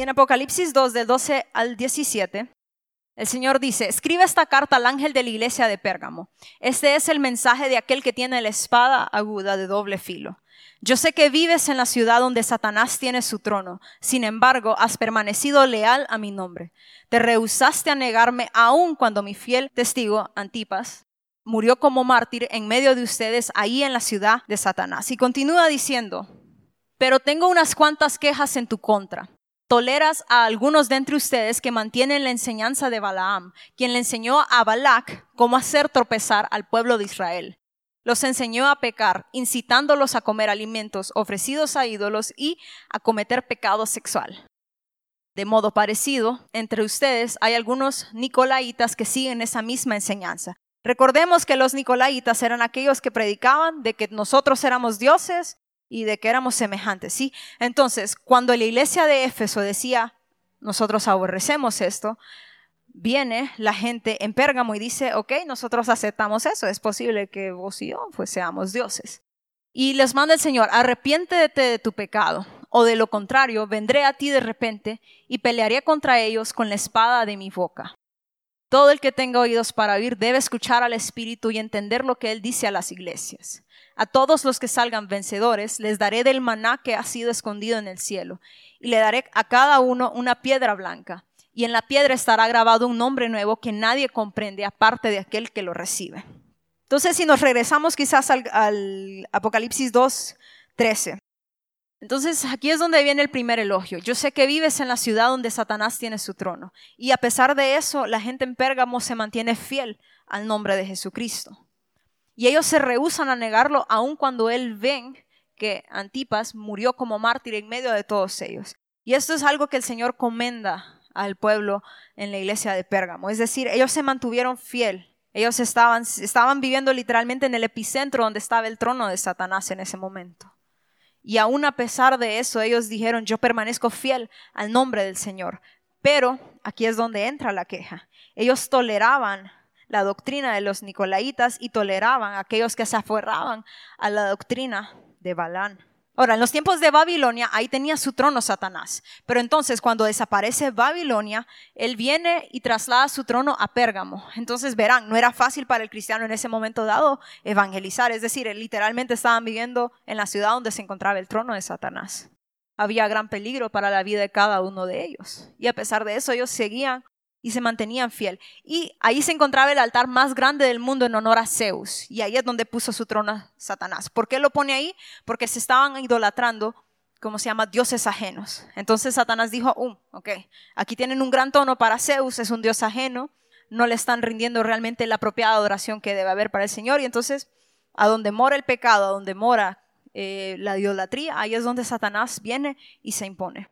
en Apocalipsis 2, del 12 al 17, el Señor dice: escribe esta carta al ángel de la iglesia de Pérgamo. Este es el mensaje de aquel que tiene la espada aguda de doble filo. Yo sé que vives en la ciudad donde Satanás tiene su trono. Sin embargo, has permanecido leal a mi nombre. Te rehusaste a negarme aun cuando mi fiel testigo, Antipas, murió como mártir en medio de ustedes ahí en la ciudad de Satanás. Y continúa diciendo: pero tengo unas cuantas quejas en tu contra. Toleras a algunos de entre ustedes que mantienen la enseñanza de Balaam, quien le enseñó a Balac cómo hacer tropezar al pueblo de Israel. Los enseñó a pecar, incitándolos a comer alimentos ofrecidos a ídolos y a cometer pecado sexual. De modo parecido, entre ustedes hay algunos nicolaitas que siguen esa misma enseñanza. Recordemos que los nicolaitas eran aquellos que predicaban de que nosotros éramos dioses y de que éramos semejantes, ¿sí? Entonces, cuando la iglesia de Éfeso decía: nosotros aborrecemos esto, viene la gente en Pérgamo y dice: ok, nosotros aceptamos eso, es posible que vos y yo pues seamos dioses. Y les manda el Señor: arrepiéntete de tu pecado, o de lo contrario, vendré a ti de repente y pelearé contra ellos con la espada de mi boca. Todo el que tenga oídos para oír debe escuchar al Espíritu y entender lo que Él dice a las iglesias. A todos los que salgan vencedores les daré del maná que ha sido escondido en el cielo, y le daré a cada uno una piedra blanca, y en la piedra estará grabado un nombre nuevo que nadie comprende aparte de aquel que lo recibe. Entonces, si nos regresamos quizás al Apocalipsis 2:13. Entonces, aquí es donde viene el primer elogio. Yo sé que vives en la ciudad donde Satanás tiene su trono. Y a pesar de eso, la gente en Pérgamo se mantiene fiel al nombre de Jesucristo. Y ellos se rehúsan a negarlo aun cuando él ven que Antipas murió como mártir en medio de todos ellos. Y esto es algo que el Señor commenda al pueblo en la iglesia de Pérgamo. Es decir, ellos se mantuvieron fiel. Ellos estaban viviendo literalmente en el epicentro donde estaba el trono de Satanás en ese momento. Y aún a pesar de eso, ellos dijeron: yo permanezco fiel al nombre del Señor. Pero aquí es donde entra la queja. Ellos toleraban la doctrina de los nicolaitas y toleraban a aquellos que se aferraban a la doctrina de Balaam. Ahora, en los tiempos de Babilonia, ahí tenía su trono Satanás. Pero entonces, cuando desaparece Babilonia, él viene y traslada su trono a Pérgamo. Entonces, verán, no era fácil para el cristiano en ese momento dado evangelizar. Es decir, literalmente estaban viviendo en la ciudad donde se encontraba el trono de Satanás. Había gran peligro para la vida de cada uno de ellos. Y a pesar de eso, ellos seguían y se mantenían fiel. Y ahí se encontraba el altar más grande del mundo en honor a Zeus. Y ahí es donde puso su trono Satanás. ¿Por qué lo pone ahí? Porque se estaban idolatrando, como se llama, dioses ajenos. Entonces Satanás dijo: ok, aquí tienen un gran trono para Zeus, es un dios ajeno. No le están rindiendo realmente la apropiada adoración que debe haber para el Señor. Y entonces, a donde mora el pecado, a donde mora la idolatría, ahí es donde Satanás viene y se impone.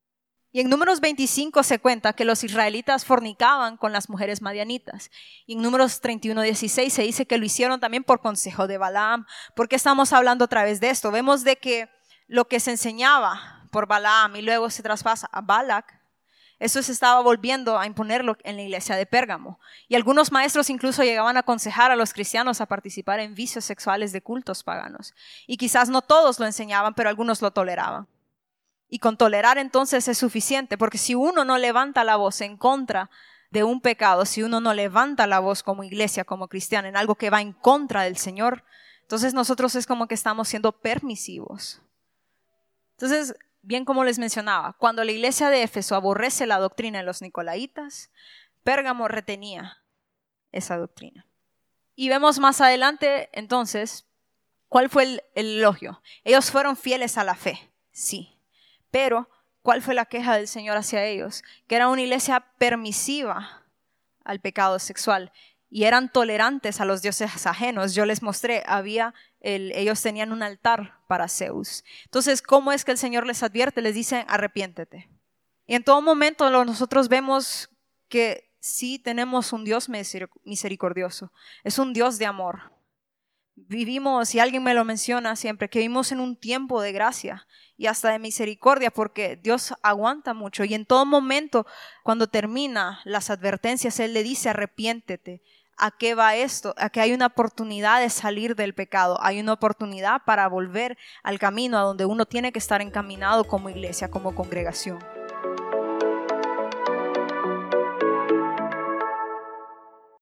Y en Números 25 se cuenta que los israelitas fornicaban con las mujeres madianitas. Y en Números 31:16 se dice que lo hicieron también por consejo de Balaam. ¿Por qué estamos hablando otra vez de esto? Vemos de que lo que se enseñaba por Balaam y luego se traspasa a Balac, eso se estaba volviendo a imponerlo en la iglesia de Pérgamo. Y algunos maestros incluso llegaban a aconsejar a los cristianos a participar en vicios sexuales de cultos paganos. Y quizás no todos lo enseñaban, pero algunos lo toleraban. Y con tolerar entonces es suficiente, porque si uno no levanta la voz en contra de un pecado, si uno no levanta la voz como iglesia, como cristiana, en algo que va en contra del Señor, entonces nosotros es como que estamos siendo permisivos. Entonces, bien como les mencionaba, cuando la iglesia de Éfeso aborrece la doctrina de los nicolaitas, Pérgamo retenía esa doctrina. Y vemos más adelante entonces cuál fue el elogio. Ellos fueron fieles a la fe, sí. Pero, ¿cuál fue la queja del Señor hacia ellos? Que era una iglesia permisiva al pecado sexual y eran tolerantes a los dioses ajenos. Yo les mostré, ellos tenían un altar para Zeus. Entonces, ¿cómo es que el Señor les advierte? Les dice: arrepiéntete. Y en todo momento nosotros vemos que sí tenemos un Dios misericordioso. Es un Dios de amor. Vivimos, y alguien me lo menciona siempre, que vivimos en un tiempo de gracia y hasta de misericordia, porque Dios aguanta mucho. Y en todo momento, cuando termina las advertencias, Él le dice: arrepiéntete. ¿A qué va esto? A que hay una oportunidad de salir del pecado. Hay una oportunidad para volver al camino a donde uno tiene que estar encaminado como iglesia, como congregación.